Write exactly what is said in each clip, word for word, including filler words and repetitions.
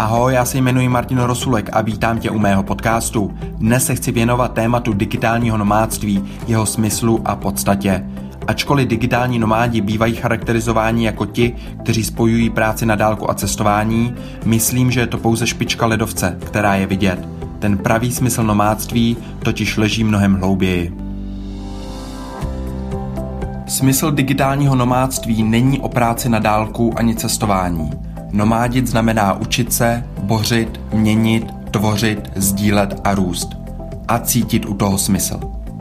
Ahoj, já se jmenuji Martin Rosulek a vítám tě u mého podcastu. Dnes se chci věnovat tématu digitálního nomádství, jeho smyslu a podstatě. Ačkoliv digitální nomádi bývají charakterizováni jako ti, kteří spojují práci na dálku a cestování, myslím, že je to pouze špička ledovce, která je vidět. Ten pravý smysl nomádství totiž leží mnohem hlouběji. Smysl digitálního nomádství není o práci na dálku ani cestování. Nomádit znamená učit se, bořit, měnit, tvořit, sdílet a růst. A cítit u toho smysl.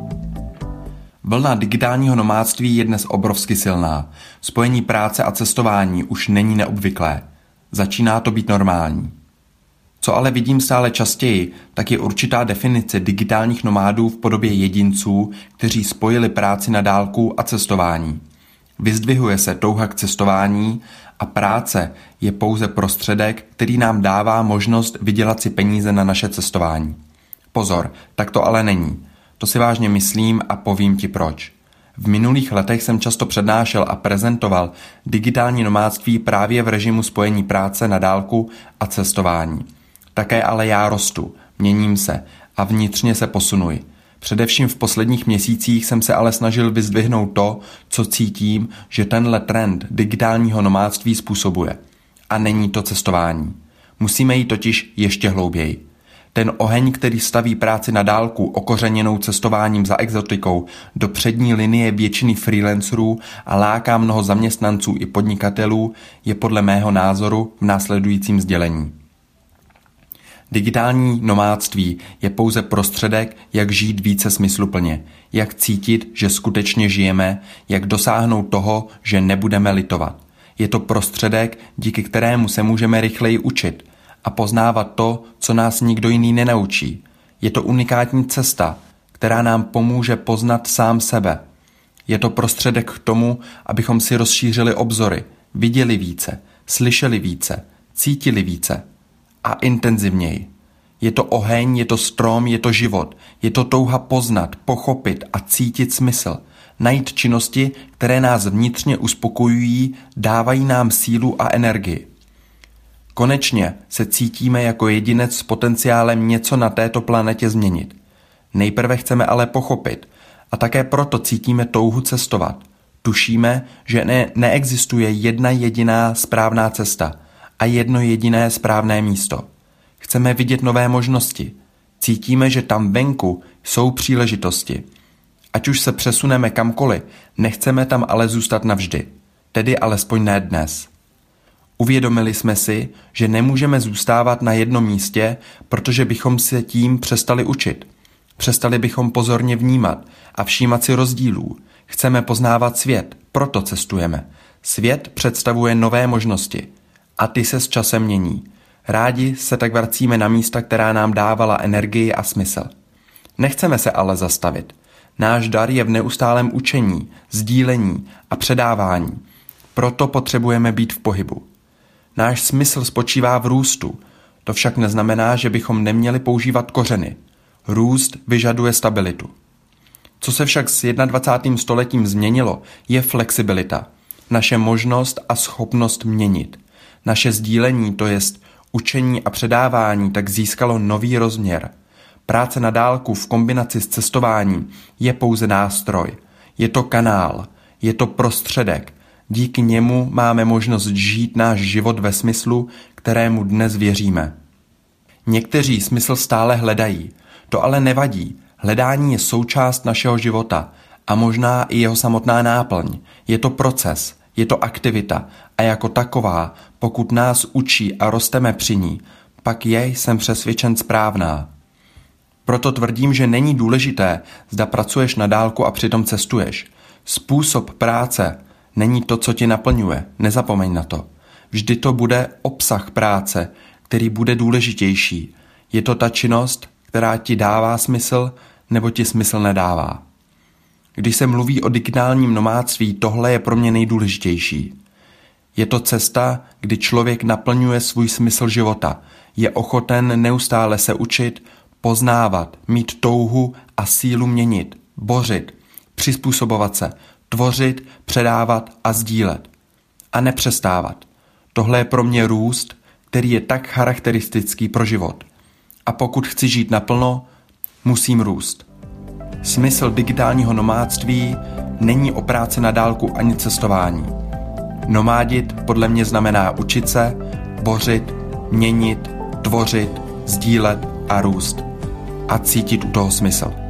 Vlna digitálního nomádství je dnes obrovsky silná. Spojení práce a cestování už není neobvyklé. Začíná to být normální. Co ale vidím stále častěji, tak je určitá definice digitálních nomádů v podobě jedinců, kteří spojili práci na dálku a cestování. Vyzdvihuje se touha k cestování a práce je pouze prostředek, který nám dává možnost vydělat si peníze na naše cestování. Pozor, tak to ale není. To si vážně myslím a povím ti proč. V minulých letech jsem často přednášel a prezentoval digitální nomádství právě v režimu spojení práce na dálku a cestování. Také ale já rostu, měním se a vnitřně se posunuji. Především v posledních měsících jsem se ale snažil vyzdvihnout to, co cítím, že tenhle trend digitálního nomádství způsobuje. A není to cestování. Musíme jít totiž ještě hlouběji. Ten oheň, který staví práci na dálku okořeněnou cestováním za exotikou do přední linie většiny freelancerů a láká mnoho zaměstnanců i podnikatelů, je podle mého názoru v následujícím sdělení. Digitální nomádství je pouze prostředek, jak žít více smysluplně, jak cítit, že skutečně žijeme, jak dosáhnout toho, že nebudeme litovat. Je to prostředek, díky kterému se můžeme rychleji učit a poznávat to, co nás nikdo jiný nenaučí. Je to unikátní cesta, která nám pomůže poznat sám sebe. Je to prostředek k tomu, abychom si rozšířili obzory, viděli více, slyšeli více, cítili více. A intenzivněji. Je to oheň, je to strom, je to život. Je to touha poznat, pochopit a cítit smysl. Najít činnosti, které nás vnitřně uspokojují, dávají nám sílu a energii. Konečně se cítíme jako jedinec s potenciálem něco na této planetě změnit. Nejprve chceme ale pochopit a také proto cítíme touhu cestovat. Tušíme, že ne, neexistuje jedna jediná správná cesta a jedno jediné správné místo. Chceme vidět nové možnosti. Cítíme, že tam venku jsou příležitosti. Ať už se přesuneme kamkoliv, nechceme tam ale zůstat navždy. Tedy alespoň ne dnes. Uvědomili jsme si, že nemůžeme zůstávat na jednom místě, protože bychom se tím přestali učit. Přestali bychom pozorně vnímat a všímat si rozdílů. Chceme poznávat svět, proto cestujeme. Svět představuje nové možnosti. A ty se s časem mění. Rádi se tak vracíme na místa, která nám dávala energii a smysl. Nechceme se ale zastavit. Náš dar je v neustálém učení, sdílení a předávání. Proto potřebujeme být v pohybu. Náš smysl spočívá v růstu. To však neznamená, že bychom neměli používat kořeny. Růst vyžaduje stabilitu. Co se však s dvacátým prvním stoletím změnilo, je flexibilita. Naše možnost a schopnost měnit. Naše sdílení, to jest učení a předávání, tak získalo nový rozměr. Práce na dálku v kombinaci s cestováním je pouze nástroj. Je to kanál, je to prostředek. Díky němu máme možnost žít náš život ve smyslu, kterému dnes věříme. Někteří smysl stále hledají. To ale nevadí. Hledání je součást našeho života a možná i jeho samotná náplň. Je to proces. Je to aktivita a jako taková, pokud nás učí a rosteme při ní, pak je, jsem přesvědčen, správná. Proto tvrdím, že není důležité, zda pracuješ na dálku a přitom cestuješ. Způsob práce není to, co tě naplňuje, nezapomeň na to. Vždy to bude obsah práce, který bude důležitější. Je to ta činnost, která ti dává smysl, nebo ti smysl nedává. Když se mluví o digitálním nomádství, tohle je pro mě nejdůležitější. Je to cesta, kdy člověk naplňuje svůj smysl života, je ochoten neustále se učit, poznávat, mít touhu a sílu měnit, bořit, přizpůsobovat se, tvořit, předávat a sdílet. A nepřestávat. Tohle je pro mě růst, který je tak charakteristický pro život. A pokud chci žít naplno, musím růst. Smysl digitálního nomádství není o práci na dálku ani cestování. Nomádit podle mě znamená učit se, bořit, měnit, tvořit, sdílet a růst. A cítit u toho smysl.